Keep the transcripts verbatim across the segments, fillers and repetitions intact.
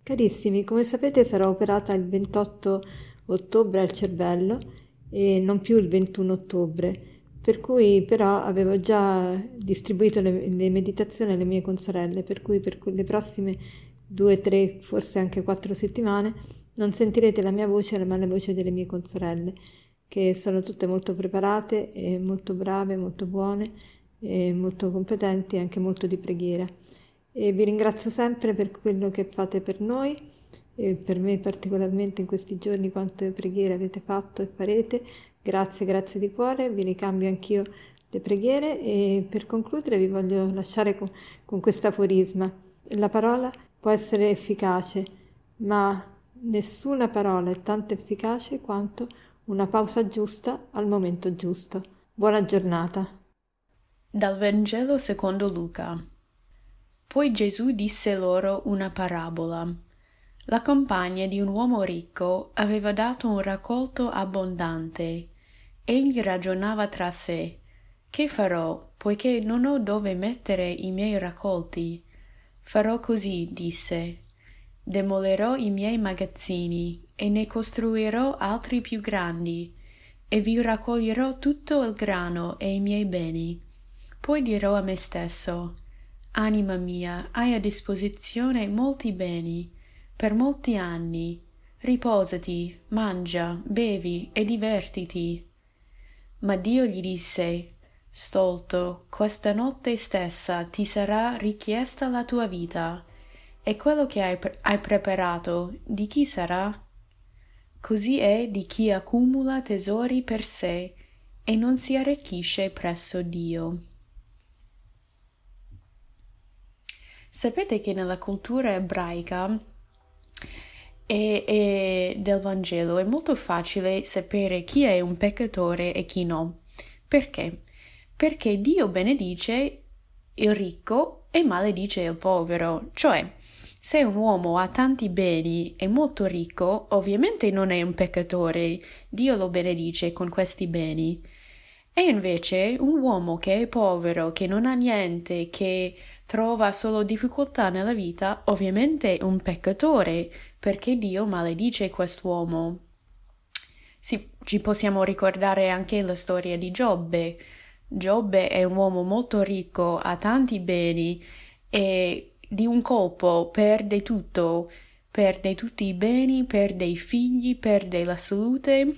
Carissimi, come sapete sarò operata il ventotto ottobre al cervello e non più il ventuno ottobre, per cui però avevo già distribuito le, le meditazioni alle mie consorelle, per cui per le prossime due, tre, forse anche quattro settimane non sentirete la mia voce ma la voce delle mie consorelle, che sono tutte molto preparate e molto brave, molto buone, e molto competenti e anche molto di preghiera. E vi ringrazio sempre per quello che fate per noi e per me particolarmente in questi giorni, quante preghiere avete fatto e farete. Grazie, grazie di cuore, vi ricambio anch'io le preghiere e per concludere vi voglio lasciare con, con questo aforisma. La parola può essere efficace, ma nessuna parola è tanto efficace quanto una pausa giusta al momento giusto. Buona giornata. Dal Vangelo secondo Luca. Poi Gesù disse loro una parabola. La compagna di un uomo ricco aveva dato un raccolto abbondante. Egli ragionava tra sé: che farò, poiché non ho dove mettere i miei raccolti? Farò così, disse. Demolerò i miei magazzini e ne costruirò altri più grandi, e vi raccoglierò tutto il grano e i miei beni. Poi dirò a me stesso: anima mia, hai a disposizione molti beni, per molti anni. Riposati, mangia, bevi e divertiti. Ma Dio gli disse: stolto, questa notte stessa ti sarà richiesta la tua vita, e quello che hai, pre- hai preparato, di chi sarà? Così è di chi accumula tesori per sé e non si arricchisce presso Dio. Sapete che nella cultura ebraica e, e del Vangelo è molto facile sapere chi è un peccatore e chi no. Perché? Perché Dio benedice il ricco e maledice il povero. Cioè, se un uomo ha tanti beni e molto ricco, ovviamente non è un peccatore, Dio lo benedice con questi beni. E invece un uomo che è povero, che non ha niente, che trova solo difficoltà nella vita, ovviamente è un peccatore, perché Dio maledice quest'uomo. Sì, ci possiamo ricordare anche la storia di Giobbe. Giobbe è un uomo molto ricco, ha tanti beni e di un colpo perde tutto, perde tutti i beni, perde i figli, perde la salute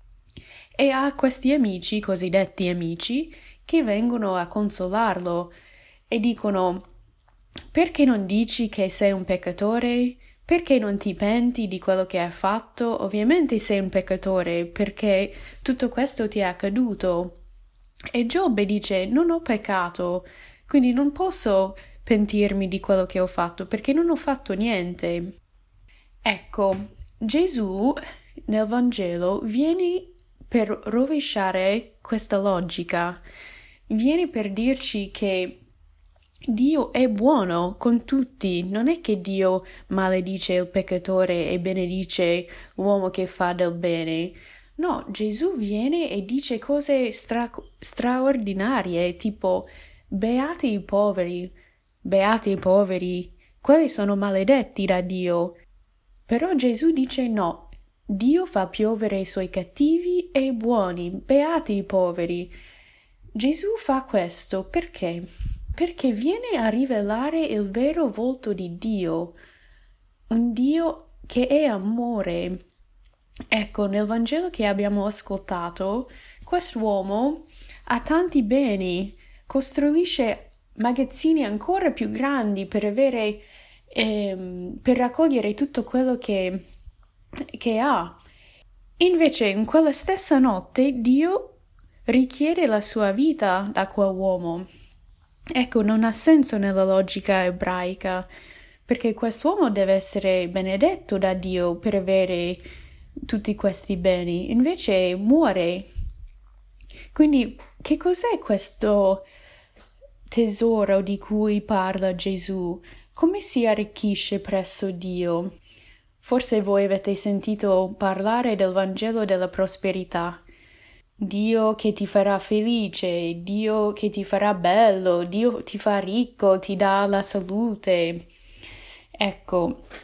e ha questi amici, cosiddetti amici, che vengono a consolarlo e dicono: perché non dici che sei un peccatore? Perché non ti penti di quello che hai fatto? Ovviamente sei un peccatore perché tutto questo ti è accaduto. E Giobbe dice: non ho peccato, quindi non posso pentirmi di quello che ho fatto perché non ho fatto niente. Ecco, Gesù nel Vangelo viene per rovesciare questa logica, viene per dirci che Dio è buono con tutti, non è che Dio maledice il peccatore e benedice l'uomo che fa del bene. No, Gesù viene e dice cose stra- straordinarie, tipo: beati i poveri, beati i poveri, quelli sono maledetti da Dio. Però Gesù dice no. Dio fa piovere i suoi cattivi e i buoni, beati i poveri. Gesù fa questo perché? Perché viene a rivelare il vero volto di Dio, un Dio che è amore. Ecco, nel Vangelo che abbiamo ascoltato, quest'uomo ha tanti beni, costruisce magazzini ancora più grandi per avere, ehm, per raccogliere tutto quello che che ha. Invece in quella stessa notte Dio richiede la sua vita da quell'uomo. Ecco, non ha senso nella logica ebraica, perché quest'uomo deve essere benedetto da Dio per avere tutti questi beni, invece muore. Quindi che cos'è questo tesoro di cui parla Gesù? Come si arricchisce presso Dio? Forse voi avete sentito parlare del Vangelo della prosperità. Dio che ti farà felice, Dio che ti farà bello, Dio ti fa ricco, ti dà la salute. Ecco,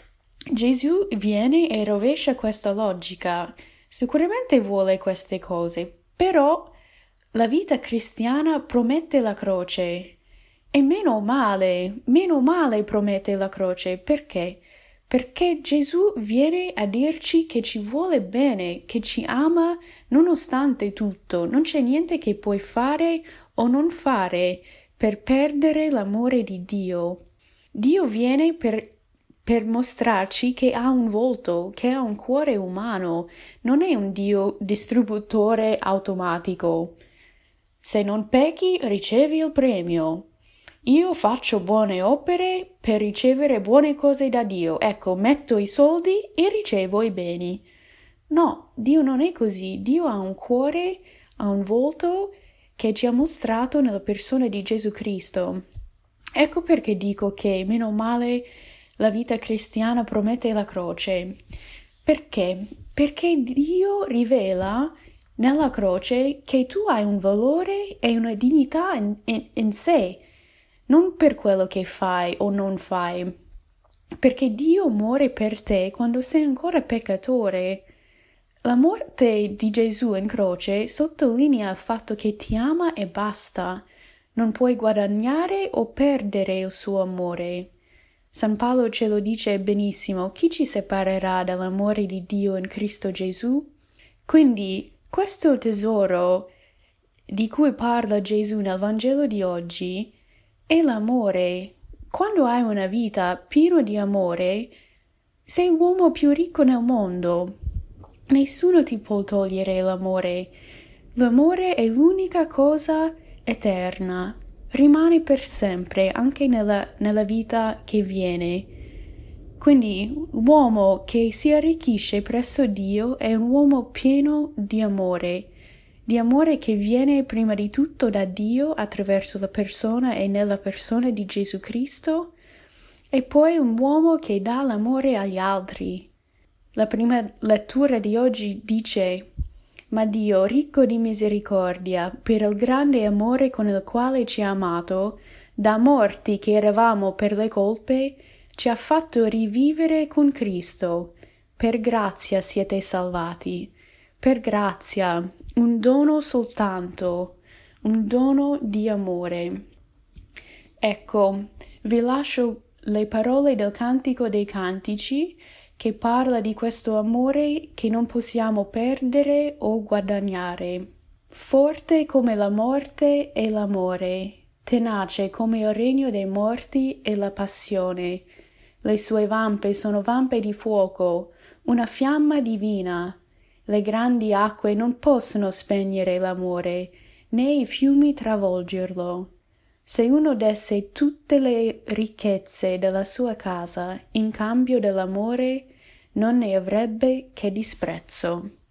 Gesù viene e rovescia questa logica. Sicuramente vuole queste cose, però la vita cristiana promette la croce. E meno male, meno male promette la croce. Perché? Perché Gesù viene a dirci che ci vuole bene, che ci ama nonostante tutto. Non c'è niente che puoi fare o non fare per perdere l'amore di Dio. Dio viene per, per mostrarci che ha un volto, che ha un cuore umano. Non è un Dio distributore automatico. Se non pecchi, ricevi il premio. Io faccio buone opere per ricevere buone cose da Dio. Ecco, metto i soldi e ricevo i beni. No, Dio non è così. Dio ha un cuore, ha un volto che ci ha mostrato nella persona di Gesù Cristo. Ecco perché dico che, meno male, la vita cristiana promette la croce. Perché? Perché Dio rivela nella croce che tu hai un valore e una dignità in, in, in sé. Non per quello che fai o non fai, perché Dio muore per te quando sei ancora peccatore. La morte di Gesù in croce sottolinea il fatto che ti ama e basta. Non puoi guadagnare o perdere il suo amore. San Paolo ce lo dice benissimo: chi ci separerà dall'amore di Dio in Cristo Gesù? Quindi questo tesoro di cui parla Gesù nel Vangelo di oggi è l'amore. Quando hai una vita piena di amore, sei l'uomo più ricco nel mondo. Nessuno ti può togliere l'amore. L'amore è l'unica cosa eterna. Rimane per sempre, anche nella, nella vita che viene. Quindi l'uomo che si arricchisce presso Dio è un uomo pieno di amore. Di amore che viene prima di tutto da Dio attraverso la persona e nella persona di Gesù Cristo, e poi un uomo che dà l'amore agli altri. La prima lettura di oggi dice: ma Dio, ricco di misericordia, per il grande amore con il quale ci ha amato, da morti che eravamo per le colpe, ci ha fatto rivivere con Cristo. Per grazia siete salvati. Per grazia, un dono soltanto, un dono di amore. Ecco, vi lascio le parole del Cantico dei Cantici, che parla di questo amore che non possiamo perdere o guadagnare. Forte come la morte è l'amore, tenace come il regno dei morti è la passione. Le sue vampe sono vampe di fuoco, una fiamma divina. Le grandi acque non possono spegnere l'amore, né i fiumi travolgerlo. Se uno desse tutte le ricchezze della sua casa in cambio dell'amore, non ne avrebbe che disprezzo.